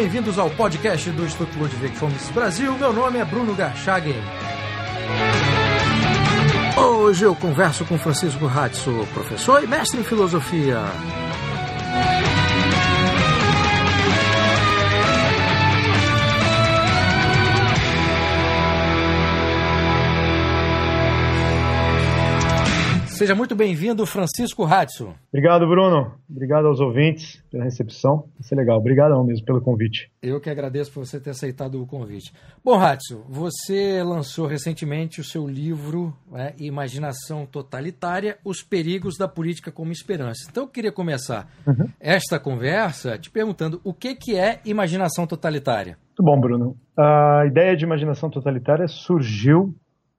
bem-vindos ao podcast do Instituto Ludwig Fomes Brasil. Meu nome é Bruno Garchagen. Hoje eu converso com Francisco Ratzo, professor e mestre em filosofia. Seja muito bem-vindo, Francisco Ratzo. Obrigado, Bruno. Obrigado aos ouvintes pela recepção. Isso é legal. Obrigadão mesmo pelo convite. Eu que agradeço por você ter aceitado o convite. Bom, Ratzo, você lançou recentemente o seu livro, Imaginação Totalitária, Os Perigos da Política como Esperança. Então eu queria começar esta conversa te perguntando o que é imaginação totalitária? Muito bom, Bruno. A ideia de imaginação totalitária surgiu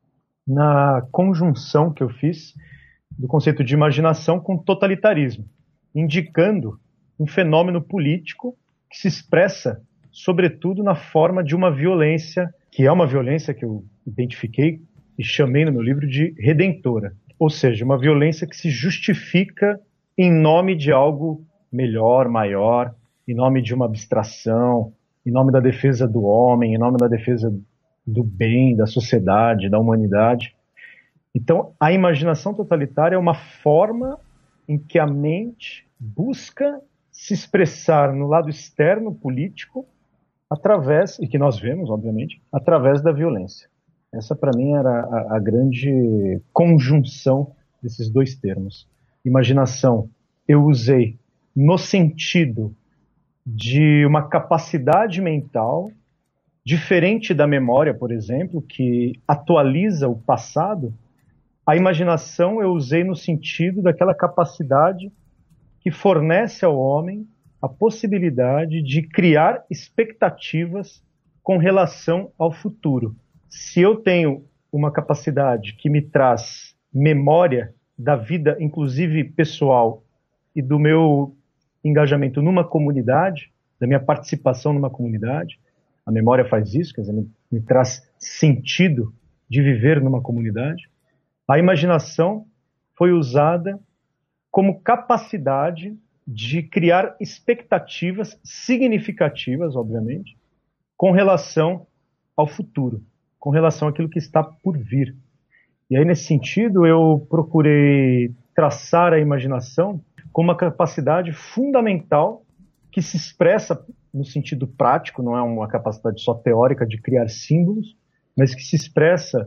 na conjunção que eu fiz do conceito de imaginação com totalitarismo, indicando um fenômeno político que se expressa, sobretudo, na forma de uma violência, que é uma violência que eu identifiquei e chamei no meu livro de redentora. Ou seja, uma violência que se justifica em nome de algo melhor, maior, em nome de uma abstração, em nome da defesa do homem, em nome da defesa do bem, da sociedade, da humanidade. Então, a imaginação totalitária é uma forma em que a mente busca se expressar no lado externo político através, e que nós vemos, obviamente, através da violência. Essa, para mim, era a grande conjunção desses dois termos. Imaginação, eu usei no sentido de uma capacidade mental diferente da memória, por exemplo, que atualiza o passado. A imaginação eu usei no sentido daquela capacidade que fornece ao homem a possibilidade de criar expectativas com relação ao futuro. Se eu tenho uma capacidade que me traz memória da vida, inclusive pessoal, e do meu engajamento numa comunidade, da minha participação numa comunidade, a memória faz isso, quer dizer, me traz sentido de viver numa comunidade. A imaginação foi usada como capacidade de criar expectativas significativas, obviamente, com relação ao futuro, com relação àquilo que está por vir. E aí, nesse sentido, eu procurei traçar a imaginação como uma capacidade fundamental que se expressa no sentido prático, não é uma capacidade só teórica de criar símbolos, mas que se expressa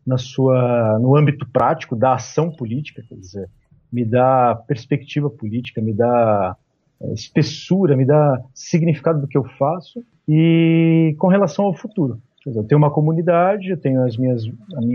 no âmbito prático da ação política, quer dizer, me dá perspectiva política, me dá espessura, me dá significado do que eu faço e com relação ao futuro. Quer dizer, eu tenho uma comunidade, eu tenho as minhas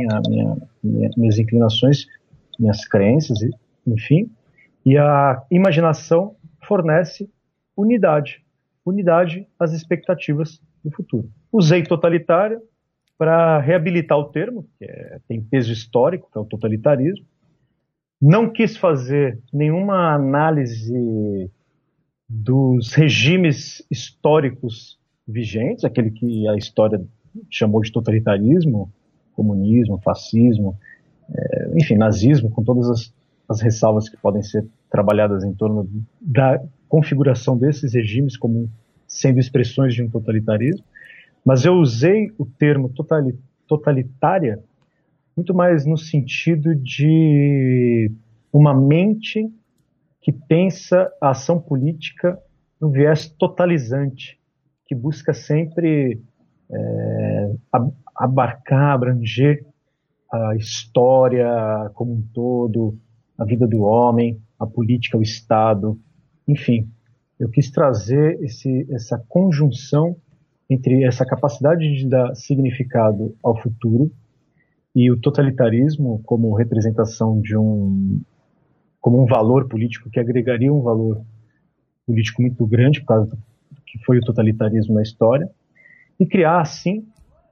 inclinações, minhas crenças, enfim, e a imaginação fornece unidade às expectativas do futuro. Usei totalitária para reabilitar o termo, que tem peso histórico, que é o totalitarismo. Não quis fazer nenhuma análise dos regimes históricos vigentes, aquele que a história chamou de totalitarismo, comunismo, fascismo, enfim, nazismo, com todas as ressalvas que podem ser trabalhadas em torno da configuração desses regimes como sendo expressões de um totalitarismo. Mas eu usei o termo totalitária muito mais no sentido de uma mente que pensa a ação política no viés totalizante, que busca sempre abarcar, abranger a história como um todo, a vida do homem, a política, o Estado, enfim. Eu quis trazer essa conjunção entre essa capacidade de dar significado ao futuro e o totalitarismo como representação como um valor político que agregaria um valor político muito grande por causa do que foi o totalitarismo na história, e criar, assim,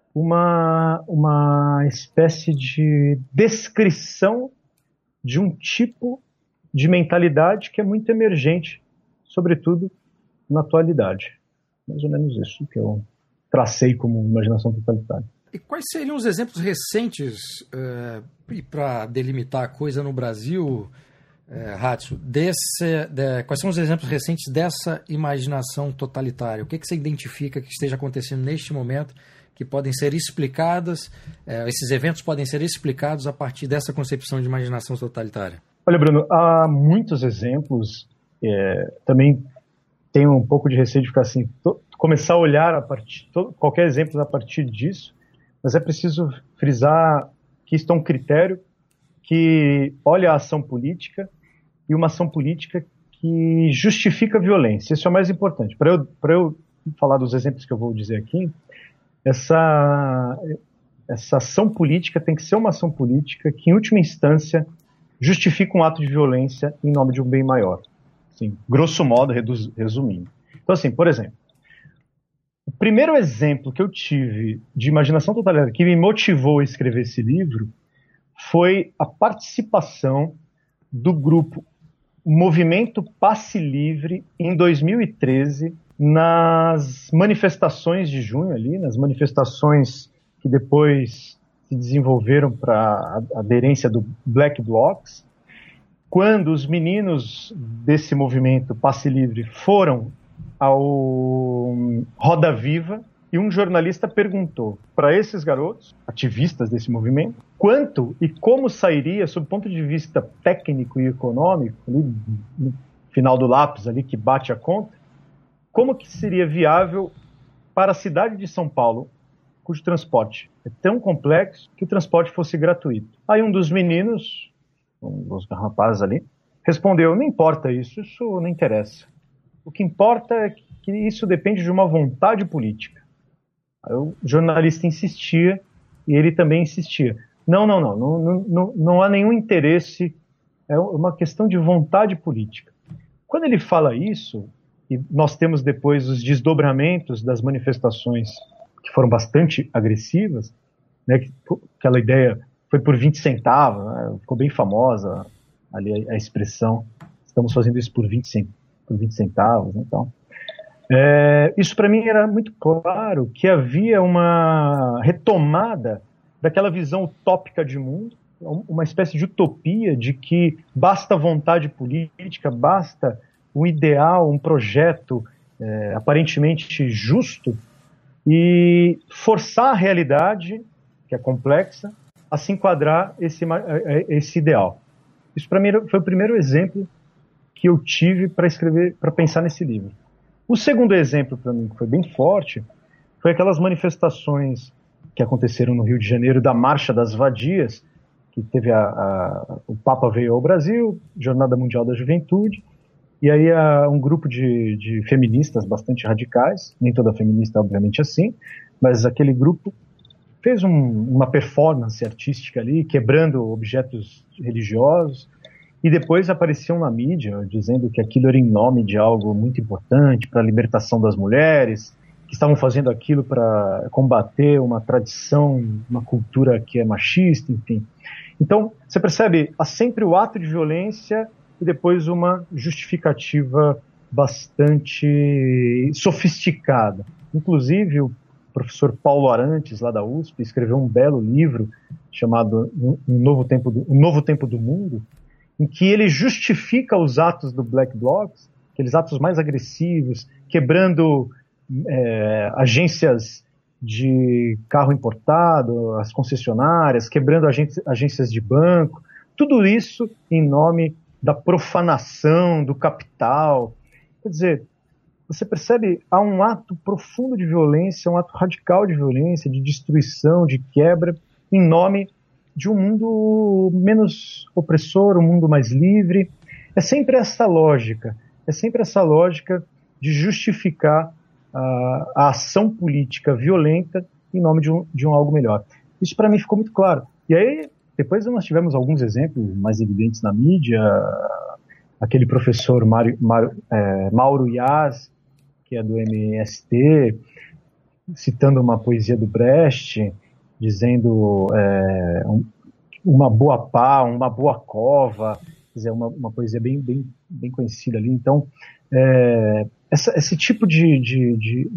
uma espécie de descrição de um tipo de mentalidade que é muito emergente, sobretudo na atualidade. Mais ou menos isso que eu tracei como imaginação totalitária. E quais seriam os exemplos recentes, para delimitar a coisa no Brasil, Ratio, quais são os exemplos recentes dessa imaginação totalitária? O que você identifica que esteja acontecendo neste momento que podem ser explicadas, esses eventos podem ser explicados a partir dessa concepção de imaginação totalitária? Olha, Bruno, há muitos exemplos. Também tenho um pouco de receio de ficar assim, começar a olhar qualquer exemplo a partir disso, mas é preciso frisar que isto é um critério que olha a ação política e uma ação política que justifica a violência. Isso é o mais importante. Para eu falar dos exemplos que eu vou dizer aqui, essa ação política tem que ser uma ação política que, em última instância, justifica um ato de violência em nome de um bem maior. Assim, grosso modo, resumindo. Então, assim, por exemplo, o primeiro exemplo que eu tive de imaginação totalitária que me motivou a escrever esse livro foi a participação do grupo Movimento Passe Livre em 2013 nas manifestações de junho ali, nas manifestações que depois se desenvolveram para a aderência do Black Blocs, quando os meninos desse movimento Passe Livre foram ao Roda Viva e um jornalista perguntou para esses garotos, ativistas desse movimento, quanto e como sairia, sob o ponto de vista técnico e econômico, ali, no final do lápis ali que bate a conta, como que seria viável para a cidade de São Paulo, cujo transporte é tão complexo, que o transporte fosse gratuito. Aí um dos meninos, um dos rapazes ali, respondeu: não importa isso não interessa. O que importa é que isso depende de uma vontade política. Aí o jornalista insistia e ele também insistia. Não há nenhum interesse, é uma questão de vontade política. Quando ele fala isso, e nós temos depois os desdobramentos das manifestações que foram bastante agressivas, né, aquela ideia foi por 20 centavos, né, ficou bem famosa ali a expressão, estamos fazendo isso por 20 centavos. Então, isso para mim era muito claro que havia uma retomada daquela visão utópica de mundo, uma espécie de utopia de que basta vontade política, basta um ideal, um projeto aparentemente justo e forçar a realidade, que é complexa, a se enquadrar esse ideal. Isso para mim foi o primeiro exemplo que eu tive para pensar nesse livro. O segundo exemplo para mim, que foi bem forte, foi aquelas manifestações que aconteceram no Rio de Janeiro da Marcha das Vadias, que teve o Papa veio ao Brasil, Jornada Mundial da Juventude, e aí um grupo de feministas bastante radicais, nem toda feminista obviamente assim, mas aquele grupo fez uma performance artística ali, quebrando objetos religiosos, e depois apareciam na mídia dizendo que aquilo era em nome de algo muito importante para a libertação das mulheres, que estavam fazendo aquilo para combater uma tradição, uma cultura que é machista, enfim. Então, você percebe, há sempre o ato de violência e depois uma justificativa bastante sofisticada. Inclusive, o professor Paulo Arantes, lá da USP, escreveu um belo livro chamado O Novo Tempo do Mundo, em que ele justifica os atos do Black Blocs, aqueles atos mais agressivos, quebrando agências de carro importado, as concessionárias, quebrando agências de banco, tudo isso em nome da profanação do capital. Quer dizer, você percebe, há um ato profundo de violência, um ato radical de violência, de destruição, de quebra, em nome de um mundo menos opressor, um mundo mais livre. É sempre essa lógica de justificar a ação política violenta em nome de um algo melhor. Isso para mim ficou muito claro. E aí, depois nós tivemos alguns exemplos mais evidentes na mídia, aquele professor Mauro Iaz, que é do MST, citando uma poesia do Brecht, dizendo uma boa pá, uma boa cova, quer dizer, uma poesia bem conhecida ali. Então, esse tipo de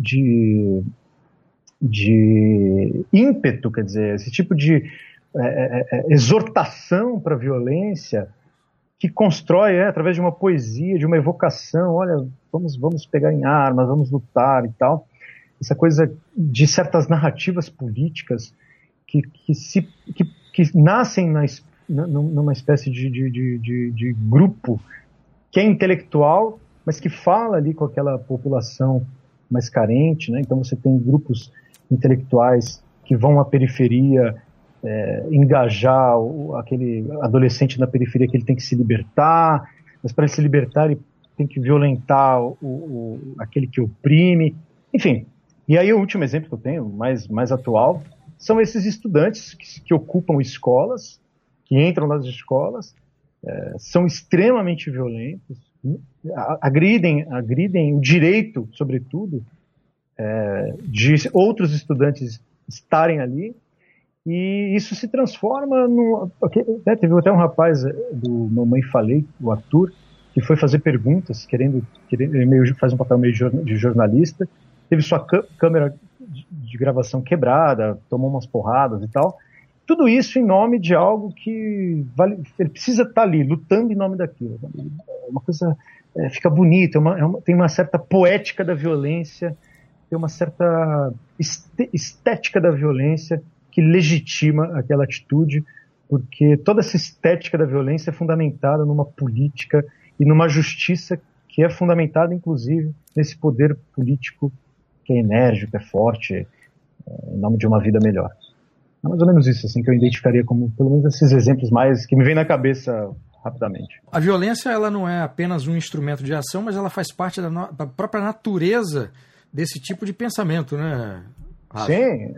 ímpeto, quer dizer, esse tipo de exortação para a violência que constrói através de uma poesia, de uma evocação, olha, vamos pegar em armas, vamos lutar e tal. Essa coisa de certas narrativas políticas que nascem numa espécie de grupo que é intelectual, mas que fala ali com aquela população mais carente, né? Então você tem grupos intelectuais que vão à periferia engajar aquele adolescente na periferia que ele tem que se libertar, mas para ele se libertar ele tem que violentar aquele que oprime, enfim. E aí o último exemplo que eu tenho, mais atual, são esses estudantes que ocupam escolas, que entram nas escolas, são extremamente violentos, agridem o direito, sobretudo, de outros estudantes estarem ali, e isso se transforma teve até um rapaz do Mamãe Falei, o Arthur, que foi fazer perguntas, querendo faz um papel meio de jornalista, teve sua câmera de gravação quebrada, tomou umas porradas e tal. Tudo isso em nome de algo que ele precisa estar ali, lutando em nome daquilo. Uma coisa fica bonita, tem uma certa poética da violência, tem uma certa estética da violência que legitima aquela atitude, porque toda essa estética da violência é fundamentada numa política e numa justiça que é fundamentada, inclusive, nesse poder político que é enérgico, é forte, em nome de uma vida melhor. É mais ou menos isso assim, que eu identificaria como, pelo menos, esses exemplos mais que me vêm na cabeça rapidamente. A violência, ela não é apenas um instrumento de ação, mas ela faz parte da própria natureza desse tipo de pensamento, né, Rafa? Sim,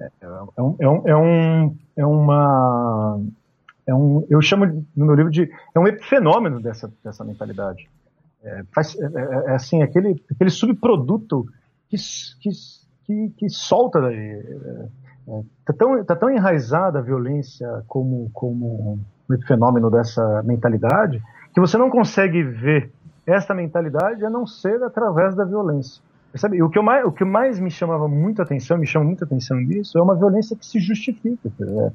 eu chamo no meu livro de um epifenômeno dessa mentalidade. Assim, aquele subproduto que solta daí. Tá tão enraizada a violência como um fenômeno dessa mentalidade que você não consegue ver essa mentalidade a não ser através da violência. Percebe? E o que mais me chama muita atenção nisso é uma violência que se justifica.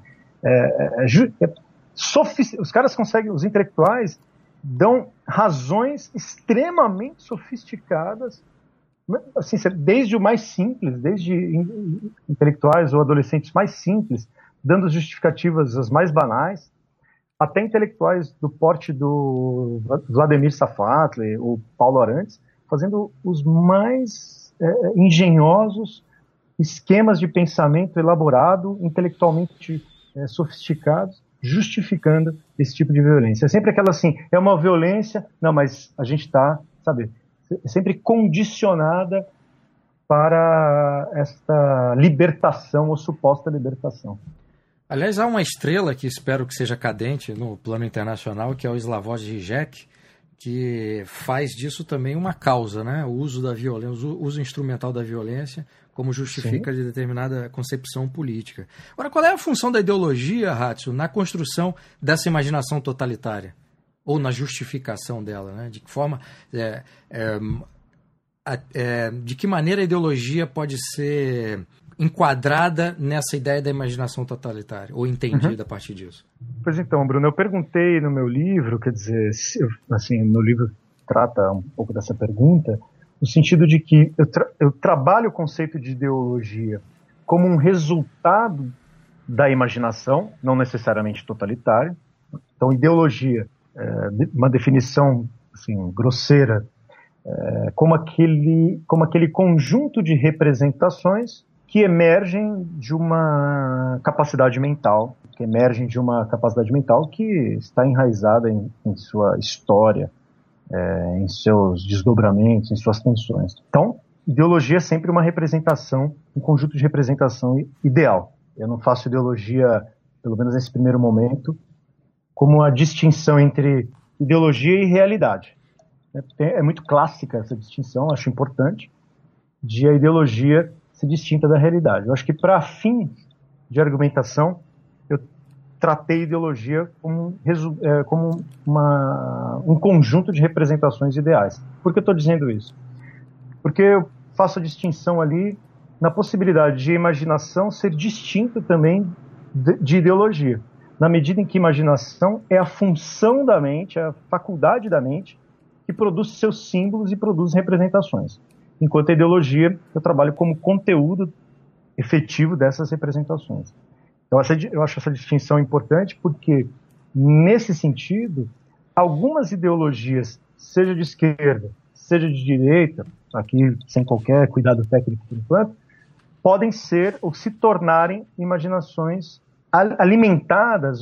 Os caras conseguem, os intelectuais dão razões extremamente sofisticadas, assim, desde o mais simples, desde intelectuais ou adolescentes mais simples, dando justificativas as mais banais, até intelectuais do porte do Vladimir Safatli, o Paulo Arantes, fazendo os mais engenhosos esquemas de pensamento elaborado, intelectualmente sofisticados, justificando esse tipo de violência. É sempre aquela assim, é uma violência, não, mas a gente está, sabe, sempre condicionada para esta libertação ou suposta libertação. Aliás, há uma estrela que espero que seja cadente no plano internacional, que é o Slavoj Žižek, que faz disso também uma causa, né? O uso da violência, o uso instrumental da violência como justifica de determinada concepção política. Agora, qual é a função da ideologia, Ratio, na construção dessa imaginação totalitária? Ou na justificação dela, né? De que forma, de que maneira a ideologia pode ser enquadrada nessa ideia da imaginação totalitária, ou entendida a partir disso? Pois então, Bruno, eu perguntei no meu livro, quer dizer, assim, no livro trata um pouco dessa pergunta, no sentido de que eu trabalho o conceito de ideologia como um resultado da imaginação, não necessariamente totalitária. Então, ideologia, uma definição assim, grosseira, como aquele conjunto de representações que emergem de uma capacidade mental, que está enraizada em sua história, em seus desdobramentos, em suas tensões. Então, ideologia é sempre uma representação, um conjunto de representação ideal. Eu não faço ideologia, pelo menos nesse primeiro momento, como a distinção entre ideologia e realidade. É muito clássica essa distinção, acho importante, de a ideologia ser distinta da realidade. Eu acho que, para fim de argumentação, eu tratei ideologia como um conjunto de representações ideais. Por que eu estou dizendo isso? Porque eu faço a distinção ali na possibilidade de imaginação ser distinta também de ideologia. na medida em que imaginação é a função da mente, é a faculdade da mente que produz seus símbolos e produz representações. Enquanto a ideologia, eu trabalho como conteúdo efetivo dessas representações. Então, eu acho essa distinção importante porque, nesse sentido, algumas ideologias, seja de esquerda, seja de direita, aqui sem qualquer cuidado técnico por enquanto, podem ser ou se tornarem imaginações alimentadas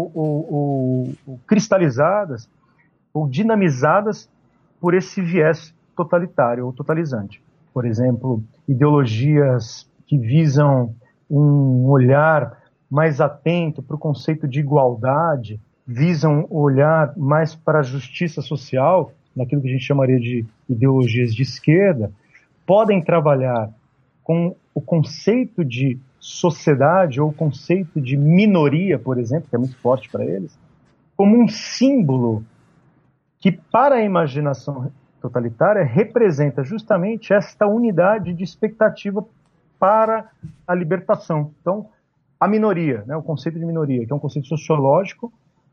ou cristalizadas ou dinamizadas por esse viés totalitário ou totalizante. Por exemplo, ideologias que visam um olhar mais atento para o conceito de igualdade, visam olhar mais para a justiça social, naquilo que a gente chamaria de ideologias de esquerda, podem trabalhar com o conceito de sociedade ou o conceito de minoria, por exemplo, que é muito forte para eles, como um símbolo que, para a imaginação totalitária, representa justamente esta unidade de expectativa para a libertação. Então, a minoria, né, o conceito de minoria, que é um conceito sociológico,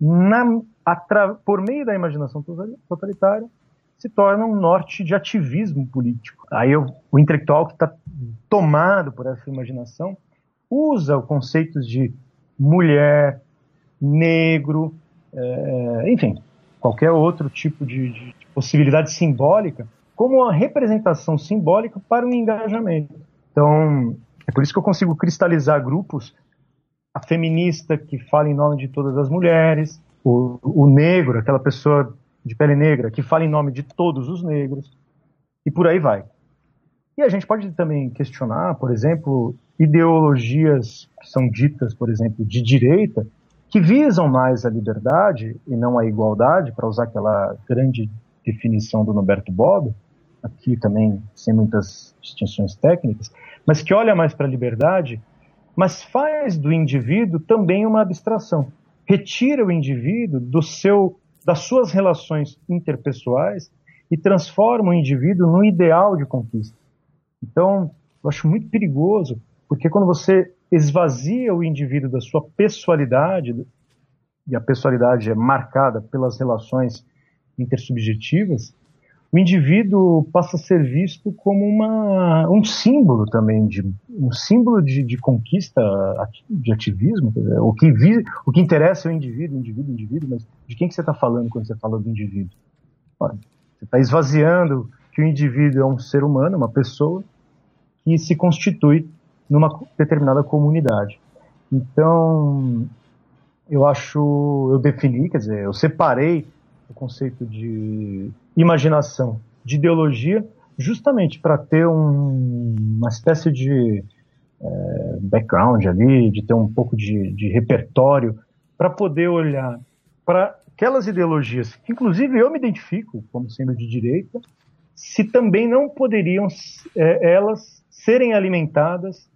por meio da imaginação totalitária, se torna um norte de ativismo político. Aí o intelectual que está tomado por essa imaginação usa os conceitos de mulher, negro, enfim, qualquer outro tipo de possibilidade simbólica como uma representação simbólica para o engajamento. Então, é por isso que eu consigo cristalizar grupos, a feminista que fala em nome de todas as mulheres, o negro, aquela pessoa de pele negra que fala em nome de todos os negros, e por aí vai. E a gente pode também questionar, por exemplo, ideologias que são ditas, por exemplo, de direita, que visam mais a liberdade e não a igualdade, para usar aquela grande definição do Norberto Bobbio, aqui também sem muitas distinções técnicas, mas que olha mais para a liberdade, mas faz do indivíduo também uma abstração. Retira o indivíduo das suas relações interpessoais e transforma o indivíduo num ideal de conquista. Então, eu acho muito perigoso, porque quando você esvazia o indivíduo da sua pessoalidade, e a pessoalidade é marcada pelas relações intersubjetivas, o indivíduo passa a ser visto como um símbolo também, um símbolo de conquista, de ativismo. O que interessa é o indivíduo, mas de quem que você está falando quando você fala do indivíduo? Ora, você está esvaziando que o indivíduo é um ser humano, uma pessoa, que se constitui numa determinada comunidade. Então, eu defini, quer dizer, eu separei o conceito de imaginação de ideologia justamente para ter uma espécie de background ali, de ter um pouco de repertório, para poder olhar para aquelas ideologias que, inclusive, eu me identifico como sendo de direita, se também não poderiam elas serem alimentadas,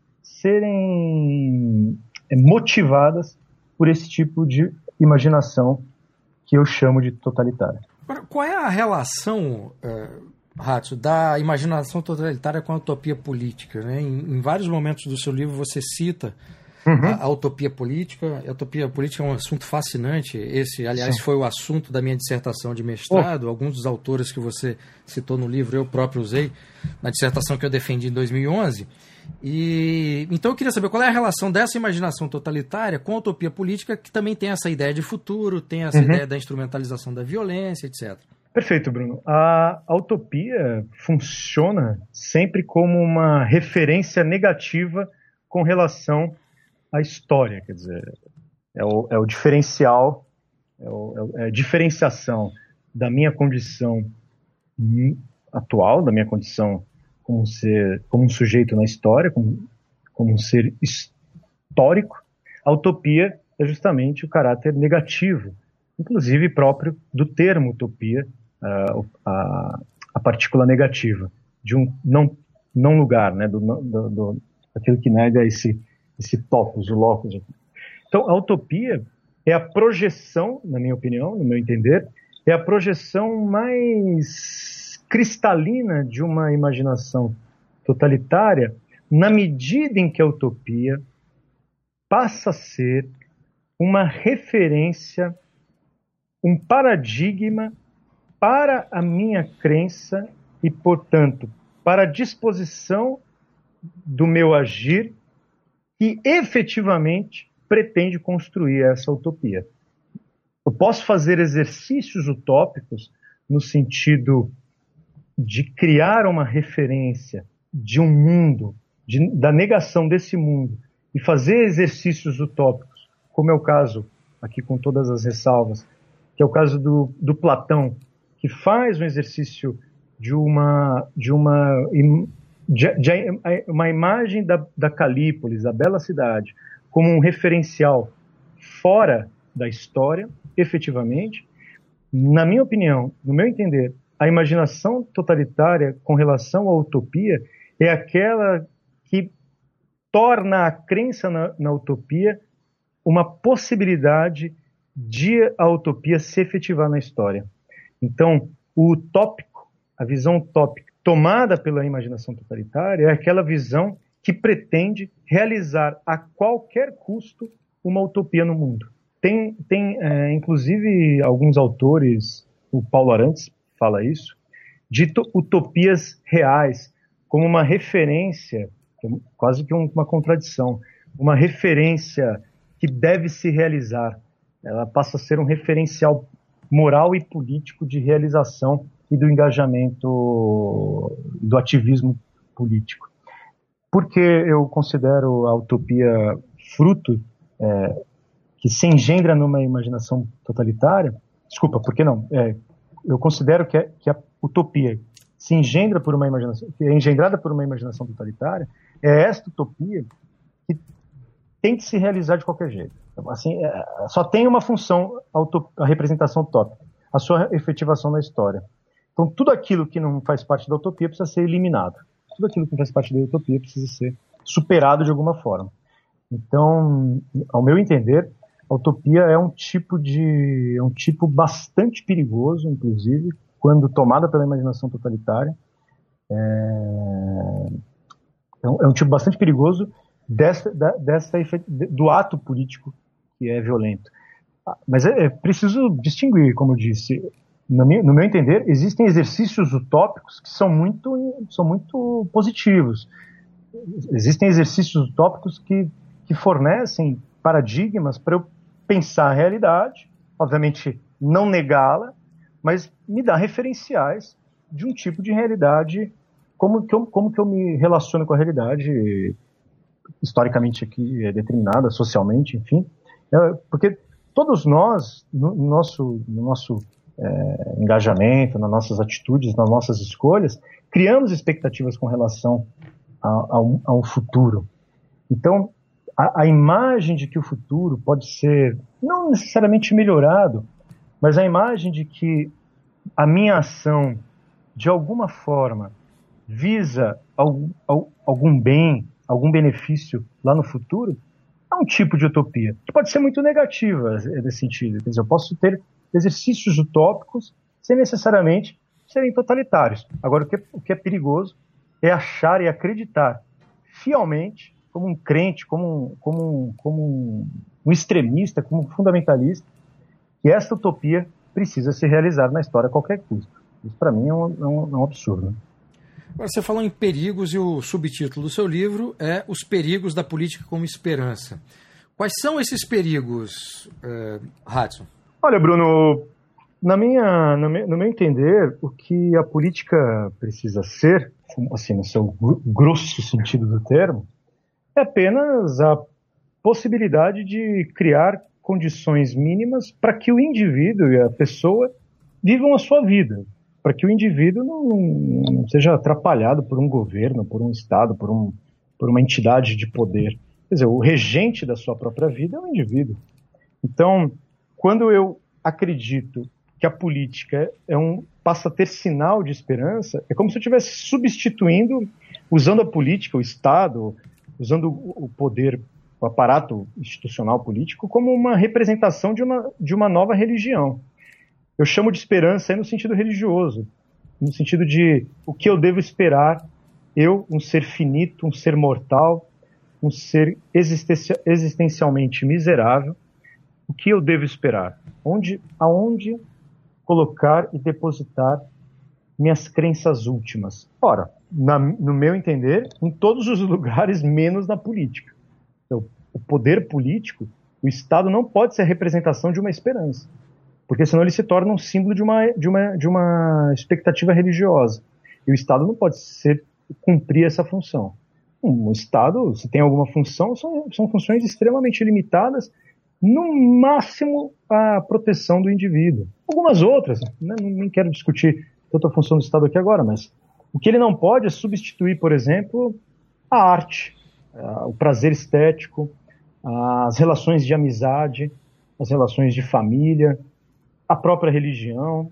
serem motivadas por esse tipo de imaginação que eu chamo de totalitária. Qual é a relação, Ratio, da imaginação totalitária com a utopia política? Né? Em vários momentos do seu livro você cita a utopia política. A utopia política é um assunto fascinante. Esse, aliás, Sim. foi o assunto da minha dissertação de mestrado. Alguns dos autores que você citou no livro eu próprio usei na dissertação que eu defendi em 2011. Então eu queria saber qual é a relação dessa imaginação totalitária com a utopia política, que também tem essa ideia de futuro, tem essa ideia da instrumentalização da violência, etc. Perfeito, Bruno. A utopia funciona sempre como uma referência negativa com relação à história, quer dizer, é o diferencial, é a diferenciação da minha condição atual, da minha condição como um sujeito na história, como um ser histórico. A utopia é justamente o caráter negativo, inclusive próprio do termo utopia, a partícula negativa, de um não lugar, né, daquilo que nega esse topos, o locus. Então, a utopia é a projeção, na minha opinião, no meu entender, é a projeção mais cristalina de uma imaginação totalitária, na medida em que a utopia passa a ser uma referência, um paradigma para a minha crença e, portanto, para a disposição do meu agir que efetivamente pretende construir essa utopia. Eu posso fazer exercícios utópicos no sentido de criar uma referência de um mundo, da negação desse mundo, e fazer exercícios utópicos, como é o caso, aqui com todas as ressalvas, que é o caso do Platão, que faz um exercício de uma imagem da Calípolis, da bela cidade, como um referencial fora da história, efetivamente. Na minha opinião, no meu entender, a imaginação totalitária com relação à utopia é aquela que torna a crença na utopia uma possibilidade de a utopia se efetivar na história. Então, o utópico, a visão utópica tomada pela imaginação totalitária é aquela visão que pretende realizar a qualquer custo uma utopia no mundo. Tem inclusive, alguns autores, o Paulo Arantes fala isso, de utopias reais, como uma referência, quase que uma contradição, uma referência que deve se realizar. Ela passa a ser um referencial moral e político de realização e do engajamento do ativismo político. Porque eu considero a utopia fruto que se engendra numa imaginação totalitária. Desculpa, por que não? Eu considero que a utopia se engendra por uma imaginação, que é engendrada por uma imaginação totalitária, é esta utopia que tem que se realizar de qualquer jeito. Assim, só tem uma função a representação utópica, a sua efetivação na história. Então, tudo aquilo que não faz parte da utopia precisa ser eliminado. Tudo aquilo que não faz parte da utopia precisa ser superado de alguma forma. Então, ao meu entender, a utopia é um tipo bastante perigoso, inclusive, quando tomada pela imaginação totalitária. É um tipo bastante perigoso do ato político que é violento. Mas é preciso distinguir, como eu disse. No meu entender, existem exercícios utópicos que são muito positivos. Existem exercícios utópicos que fornecem paradigmas para eu pensar a realidade, obviamente não negá-la, mas me dar referenciais de um tipo de realidade, como que eu me relaciono com a realidade, historicamente aqui é determinada, socialmente, enfim. Porque todos nós, no nosso engajamento, nas nossas atitudes, nas nossas escolhas, criamos expectativas com relação a um futuro. Então, a imagem de que o futuro pode ser, não necessariamente melhorado, mas a imagem de que a minha ação, de alguma forma, visa algum bem, algum benefício lá no futuro, é um tipo de utopia, que pode ser muito negativa nesse sentido. Quer dizer, eu posso ter exercícios utópicos sem necessariamente serem totalitários. Agora, o que é perigoso é achar e acreditar fielmente, como um crente, como um extremista, como um fundamentalista, que esta utopia precisa ser realizada na história a qualquer custo. Isso, para mim, é um absurdo. Agora, você falou em perigos e o subtítulo do seu livro é Os Perigos da Política como Esperança. Quais são esses perigos, Hudson? Olha, Bruno, no meu entender, o que a política precisa ser, assim, no seu grosso sentido do termo, é apenas a possibilidade de criar condições mínimas para que o indivíduo e a pessoa vivam a sua vida, para que o indivíduo não seja atrapalhado por um governo, por um Estado, por uma entidade de poder. Quer dizer, o regente da sua própria vida é o indivíduo. Então, quando eu acredito que a política passa a ter sinal de esperança, é como se eu estivesse substituindo, usando a política, o Estado, usando o poder, o aparato institucional político, como uma representação de uma nova religião. Eu chamo de esperança aí no sentido religioso, no sentido de o que eu devo esperar, eu, um ser finito, um ser mortal, um ser existencialmente miserável, o que eu devo esperar? Aonde colocar e depositar minhas crenças últimas? Ora, no meu entender, em todos os lugares, menos na política. Então, o poder político, o Estado não pode ser a representação de uma esperança, porque senão ele se torna um símbolo de uma expectativa religiosa. E o Estado não pode cumprir essa função. O Estado, se tem alguma função, são funções extremamente limitadas, no máximo a proteção do indivíduo. Algumas outras, né, nem quero discutir tanta a função do Estado aqui agora, mas o que ele não pode é substituir, por exemplo, a arte, o prazer estético, as relações de amizade, as relações de família, a própria religião,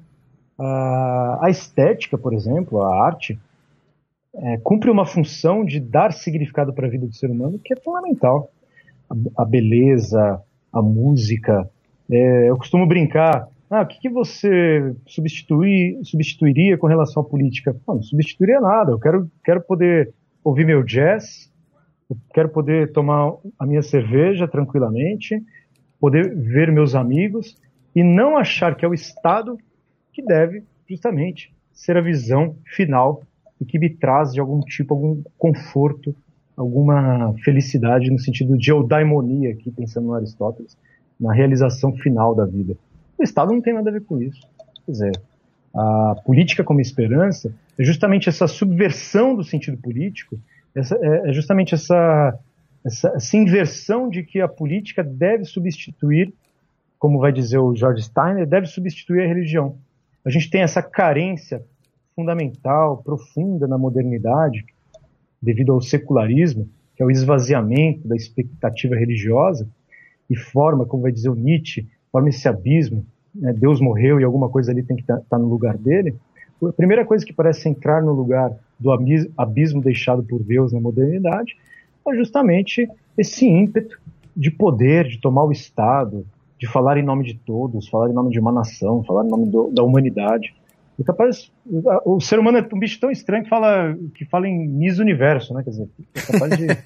a estética, por exemplo, a arte, cumpre uma função de dar significado para a vida do ser humano que é fundamental. A beleza, a música. Eu costumo brincar, o que você substituiria com relação à política? Não substituiria nada, eu quero poder ouvir meu jazz, eu quero poder tomar a minha cerveja tranquilamente, poder ver meus amigos e não achar que é o Estado que deve justamente ser a visão final e que me traz algum conforto, alguma felicidade no sentido de eudaimonia, aqui pensando no Aristóteles, na realização final da vida. O Estado não tem nada a ver com isso. Quer dizer, a política como esperança é justamente essa subversão do sentido político, é justamente essa inversão de que a política deve substituir, como vai dizer o George Steiner, deve substituir a religião. A gente tem essa carência fundamental, profunda na modernidade, devido ao secularismo, que é o esvaziamento da expectativa religiosa, e forma, como vai dizer o Nietzsche, forma esse abismo, né? Deus morreu e alguma coisa ali tem que estar no lugar dele. A primeira coisa que parece entrar no lugar do abismo deixado por Deus na modernidade é justamente esse ímpeto de poder, de tomar o Estado, de falar em nome de todos, falar em nome de uma nação, falar em nome da humanidade. O ser humano é um bicho tão estranho que fala em Miss Universo, né? Quer dizer, é capaz de...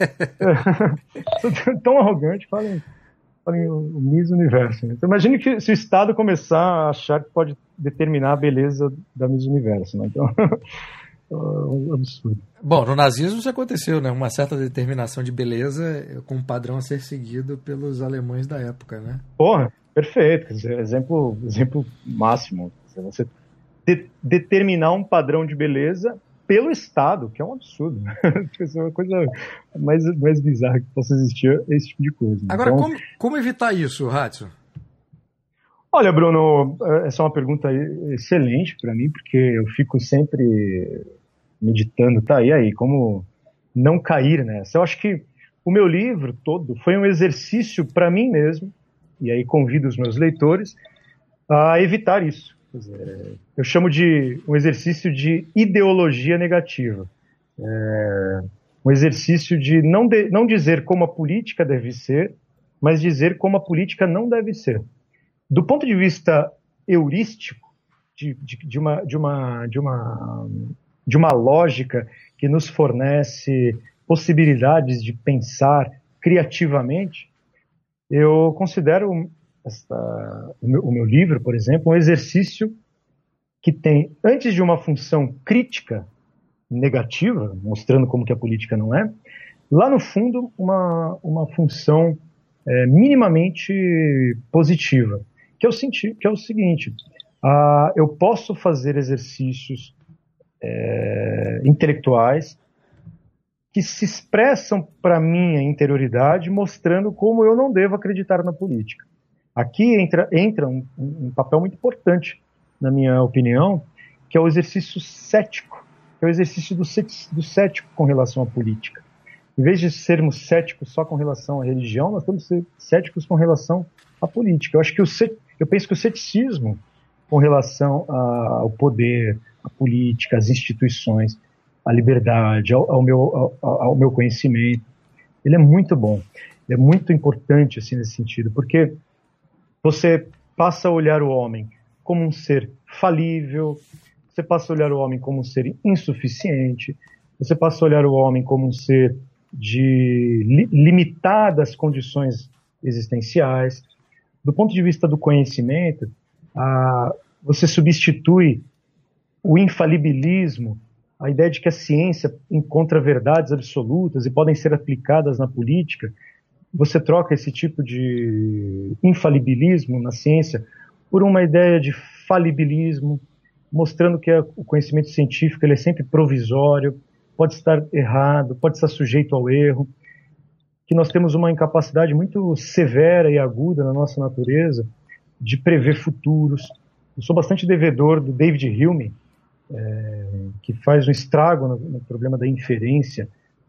tão arrogante, fala em Miss Universo. Né? Então imagine que se o Estado começar a achar que pode determinar a beleza da Miss Universo. Né? Então, é um absurdo. Bom, no nazismo isso aconteceu, né? Uma certa determinação de beleza com um padrão a ser seguido pelos alemães da época, né? Porra, perfeito. Quer dizer, exemplo máximo. Você determinar um padrão de beleza pelo Estado, que é um absurdo. É uma coisa mais bizarra que possa existir, esse tipo de coisa. Agora, então, como evitar isso, Ratio? Olha, Bruno, essa é uma pergunta excelente para mim, porque eu fico sempre meditando, e aí, como não cair nessa? Eu acho que o meu livro todo foi um exercício para mim mesmo, e aí convido os meus leitores a evitar isso. Quer dizer, eu chamo de um exercício de ideologia negativa. Um exercício de não dizer como a política deve ser, mas dizer como a política não deve ser. Do ponto de vista heurístico, de uma lógica que nos fornece possibilidades de pensar criativamente, eu considero o meu livro, por exemplo, um exercício que tem, antes de uma função crítica negativa, mostrando como que a política não é, lá no fundo uma função minimamente positiva, que é o seguinte: eu posso fazer exercícios intelectuais que se expressam para minha interioridade, mostrando como eu não devo acreditar na política. Aqui entra um papel muito importante, na minha opinião, que é o exercício cético, que é o exercício do cético com relação à política. Em vez de sermos céticos só com relação à religião, nós temos que ser céticos com relação à política. Eu penso que o ceticismo com relação ao poder, à política, às instituições, à liberdade, ao meu conhecimento, ele é muito bom. É muito importante assim, nesse sentido, porque você passa a olhar o homem como um ser falível, você passa a olhar o homem como um ser insuficiente, você passa a olhar o homem como um ser de limitadas condições existenciais. do ponto de vista do conhecimento, você substitui o infalibilismo, a ideia de que a ciência encontra verdades absolutas e podem ser aplicadas na política. Você troca esse tipo de infalibilismo na ciência por uma ideia de falibilismo, mostrando que o conhecimento científico ele é sempre provisório, pode estar errado, pode estar sujeito ao erro, que nós temos uma incapacidade muito severa e aguda na nossa natureza de prever futuros. Eu sou bastante devedor do David Hume, que faz um estrago no problema da inferência,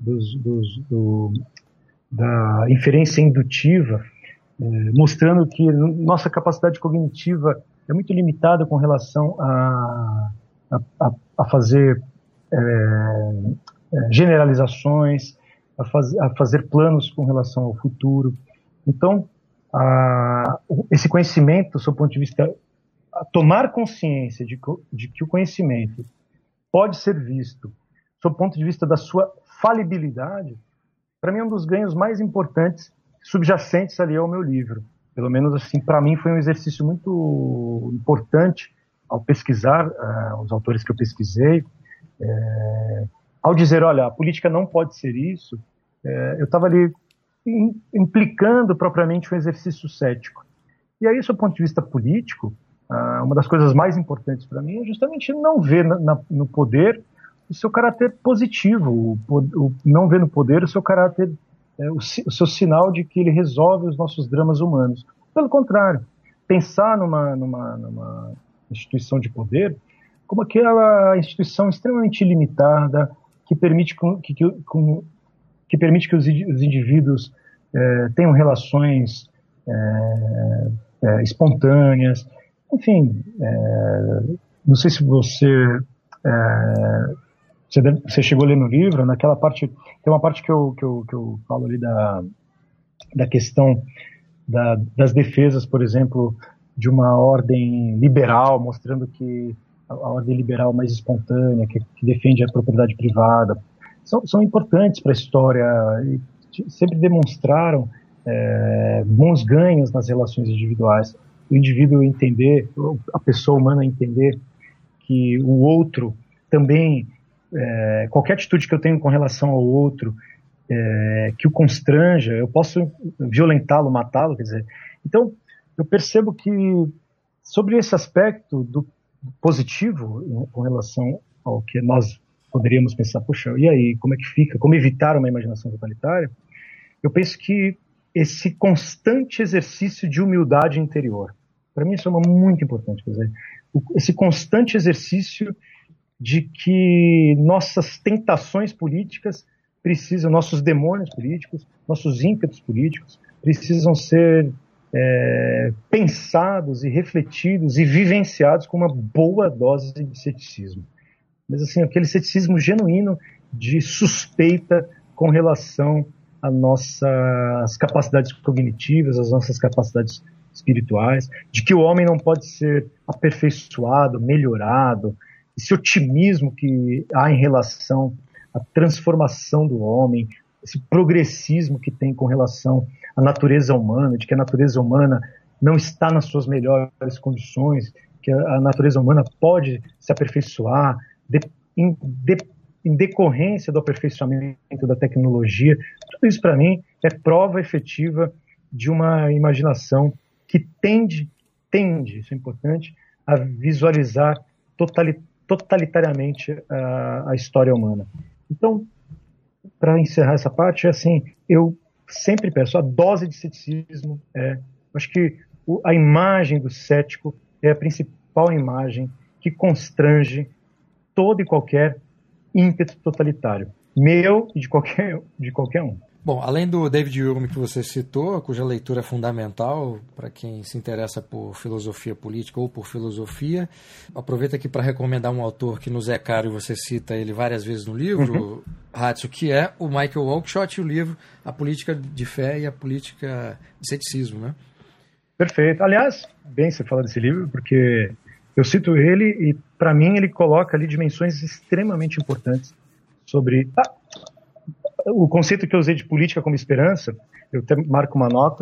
da inferência indutiva, mostrando que nossa capacidade cognitiva é muito limitada com relação a fazer generalizações, a fazer planos com relação ao futuro. Então, esse conhecimento, do seu ponto de vista, tomar consciência de que o conhecimento pode ser visto, do ponto de vista da sua falibilidade, para mim é um dos ganhos mais importantes subjacentes ali ao meu livro. Pelo menos assim, para mim foi um exercício muito importante ao pesquisar os autores que eu pesquisei. Ao dizer, olha, a política não pode ser isso, eu estava ali implicando propriamente um exercício cético. E aí, do ponto de vista político, uma das coisas mais importantes para mim é justamente não ver no poder o seu caráter positivo, não ver no poder o seu caráter, o seu sinal de que ele resolve os nossos dramas humanos. Pelo contrário, pensar numa instituição de poder como aquela instituição extremamente limitada que permite que os indivíduos tenham relações espontâneas. Enfim, não sei se você chegou a ler no livro, naquela parte, tem uma parte que eu falo ali da questão das defesas, por exemplo, de uma ordem liberal, mostrando que a ordem liberal mais espontânea, que defende a propriedade privada, são importantes para a história e sempre demonstraram bons ganhos nas relações individuais. O indivíduo entender, a pessoa humana entender que o outro também, qualquer atitude que eu tenho com relação ao outro, que o constranja, eu posso violentá-lo, matá-lo, quer dizer. Então, eu percebo que sobre esse aspecto do positivo com relação ao que nós poderíamos pensar, poxa, e aí, como é que fica? Como evitar uma imaginação totalitária? Eu penso que esse constante exercício de humildade interior, para mim isso é muito importante, quer dizer, esse constante exercício de que nossas tentações políticas precisam, nossos demônios políticos, nossos ímpetos políticos precisam ser pensados e refletidos e vivenciados com uma boa dose de ceticismo. Mas assim, aquele ceticismo genuíno de suspeita com relação às nossas capacidades cognitivas, às nossas capacidades espirituais, de que o homem não pode ser aperfeiçoado, melhorado, esse otimismo que há em relação à transformação do homem, esse progressismo que tem com relação à natureza humana, de que a natureza humana não está nas suas melhores condições, que a natureza humana pode se aperfeiçoar em decorrência do aperfeiçoamento da tecnologia. Tudo isso, para mim, é prova efetiva de uma imaginação que tende, isso é importante, a visualizar totalitariamente a história humana. Então, para encerrar essa parte, assim, eu sempre peço a dose de ceticismo. Acho que a imagem do cético é a principal imagem que constrange todo e qualquer ímpeto totalitário, meu e de qualquer um. Bom, além do David Hume que você citou, cuja leitura é fundamental para quem se interessa por filosofia política ou por filosofia, aproveito aqui para recomendar um autor que nos é caro e você cita ele várias vezes no livro, Hatsu, que é o Michael Oakeshott e o livro A Política de Fé e a Política de Ceticismo, né? Perfeito. Aliás, bem você falar desse livro, porque eu cito ele e, para mim, ele coloca ali dimensões extremamente importantes sobre o conceito que eu usei de política como esperança. Eu até marco uma nota.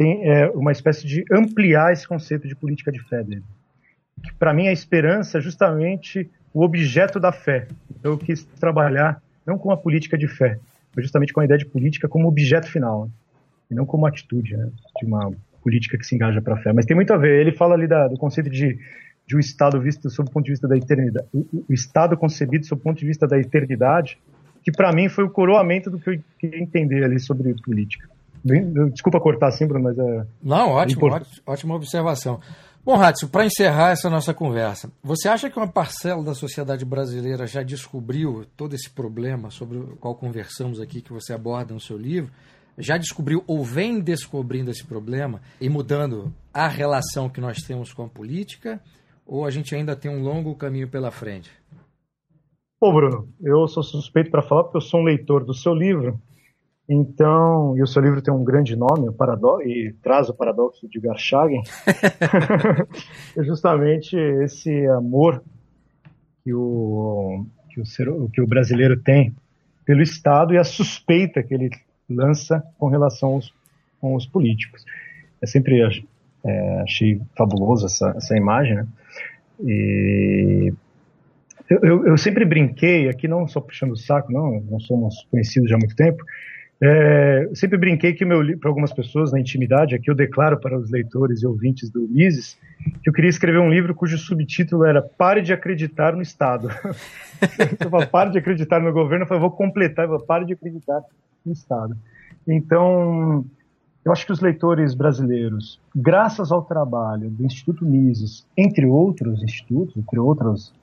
tem uma espécie de ampliar esse conceito de política de fé dele. Para mim, a esperança é justamente o objeto da fé. Eu quis trabalhar não com a política de fé, mas justamente com a ideia de política como objeto final, e não como atitude, né, de uma política que se engaja para a fé. Mas tem muito a ver. Ele fala ali do conceito de um Estado visto sob o ponto de vista da eternidade, o Estado concebido sob o ponto de vista da eternidade, que para mim foi o coroamento do que eu queria entender ali sobre política. Desculpa cortar assim, Bruno, mas é... Não, ótima observação. Bom, Ratio, para encerrar essa nossa conversa, você acha que uma parcela da sociedade brasileira já descobriu todo esse problema sobre o qual conversamos aqui, que você aborda no seu livro, já descobriu ou vem descobrindo esse problema e mudando a relação que nós temos com a política, ou a gente ainda tem um longo caminho pela frente? Pô, Bruno, eu sou suspeito para falar porque eu sou um leitor do seu livro. Então, e o seu livro tem um grande nome, e traz o paradoxo de Garchagen. É justamente esse amor que o brasileiro tem pelo Estado e a suspeita que ele lança com relação com os políticos. Eu sempre achei fabuloso essa imagem, né? E eu sempre brinquei, aqui não só puxando o saco, não somos conhecidos já há muito tempo, eu sempre brinquei que para algumas pessoas na intimidade, aqui eu declaro para os leitores e ouvintes do Mises, que eu queria escrever um livro cujo subtítulo era Pare de Acreditar no Estado. Eu falo, pare de acreditar no governo, eu vou completar, pare de acreditar no Estado. Então, eu acho que os leitores brasileiros, graças ao trabalho do Instituto Mises, entre outros institutos, entre outros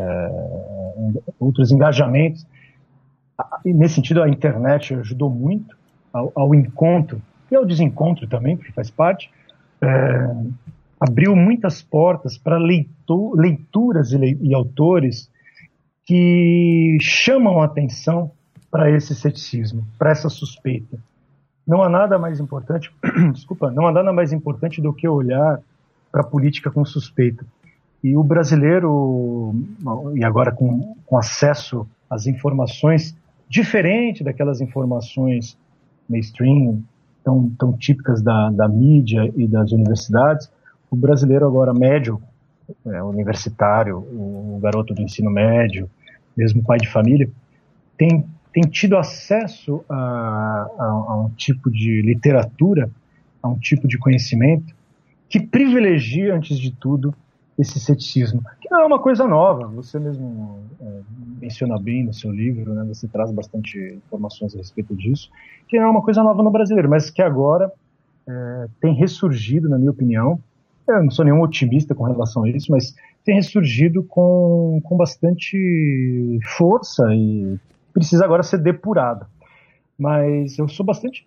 engajamentos, e nesse sentido a internet ajudou muito ao encontro e ao desencontro também, porque faz parte, abriu muitas portas para leituras e autores que chamam a atenção para esse ceticismo, para essa suspeita. Não há nada mais importante, não há nada mais importante do que olhar para a política com suspeita. E o brasileiro, e agora com acesso às informações, diferente daquelas informações mainstream, tão típicas da mídia e das universidades, o brasileiro agora médio, universitário, o garoto do ensino médio, mesmo pai de família, tem tido acesso a um tipo de literatura, a um tipo de conhecimento que privilegia, antes de tudo, esse ceticismo, que não é uma coisa nova. Você mesmo menciona bem no seu livro, né? Você traz bastante informações a respeito disso, que não é uma coisa nova no brasileiro, mas que agora tem ressurgido, na minha opinião. Eu não sou nenhum otimista com relação a isso, mas tem ressurgido com bastante força e precisa agora ser depurado. Mas eu sou bastante...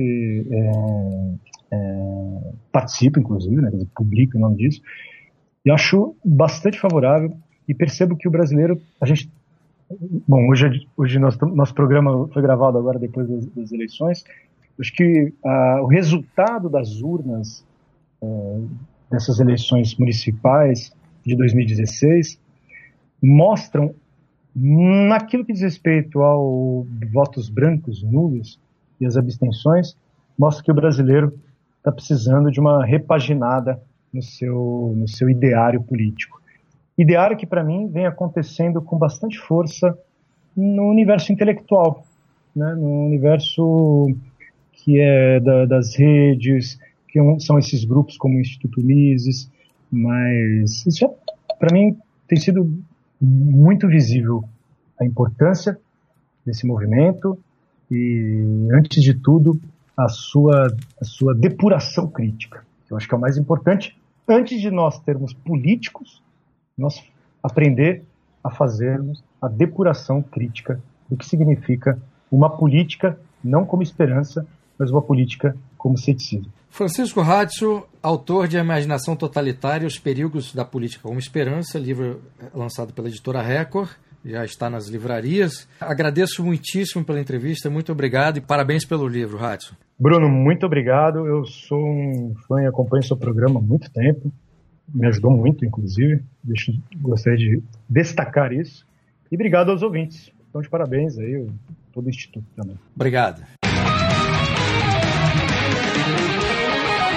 participo, inclusive, né? Publico o nome disso, e acho bastante favorável e percebo que o brasileiro, bom, hoje nosso programa foi gravado agora depois das eleições. Acho que o resultado das urnas dessas eleições municipais de 2016 mostram, naquilo que diz respeito ao votos brancos, nulos e as abstenções, mostra que o brasileiro está precisando de uma repaginada no seu ideário político. Ideário que, para mim, vem acontecendo com bastante força no universo intelectual, né? No universo que é das redes, que são esses grupos como o Instituto Mises, mas isso, para mim, tem sido muito visível a importância desse movimento e, antes de tudo, a sua depuração crítica. Eu acho que é o mais importante. Antes de nós termos políticos, nós aprender a fazermos a depuração crítica do que significa uma política não como esperança, mas uma política como ceticismo. Francisco Ratio, autor de A Imaginação Totalitária e os Perigos da Política como Esperança, livro lançado pela editora Record, já está nas livrarias. Agradeço muitíssimo pela entrevista, muito obrigado e parabéns pelo livro, Ratio. Bruno, muito obrigado. Eu sou um fã e acompanho seu programa há muito tempo. Me ajudou muito, inclusive. Gostaria de destacar isso. E obrigado aos ouvintes. Então, de parabéns aí, todo o Instituto também. Obrigado.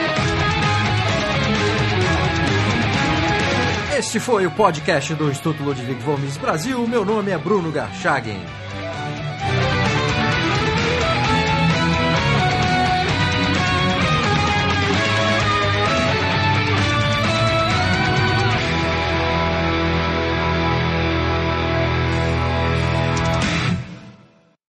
Este foi o podcast do Instituto Ludwig von Mises Brasil. Meu nome é Bruno Garchagen.